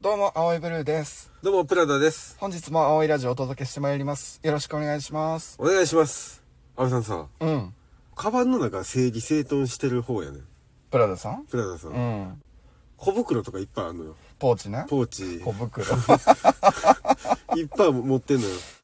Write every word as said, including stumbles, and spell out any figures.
どうも、青いブルーです。 どうも、プラダです。 本日も青いラジオをお届けしてまいります。よろしくお願いします。 お願いします。青井さんさ、 うん。 カバンの中整理整頓してる方やね。 プラダさんプラダさん。 うん。 小袋とかいっぱいあるのよ。 ポーチね。 ポーチ。 小袋。 いっぱい持ってんのよ。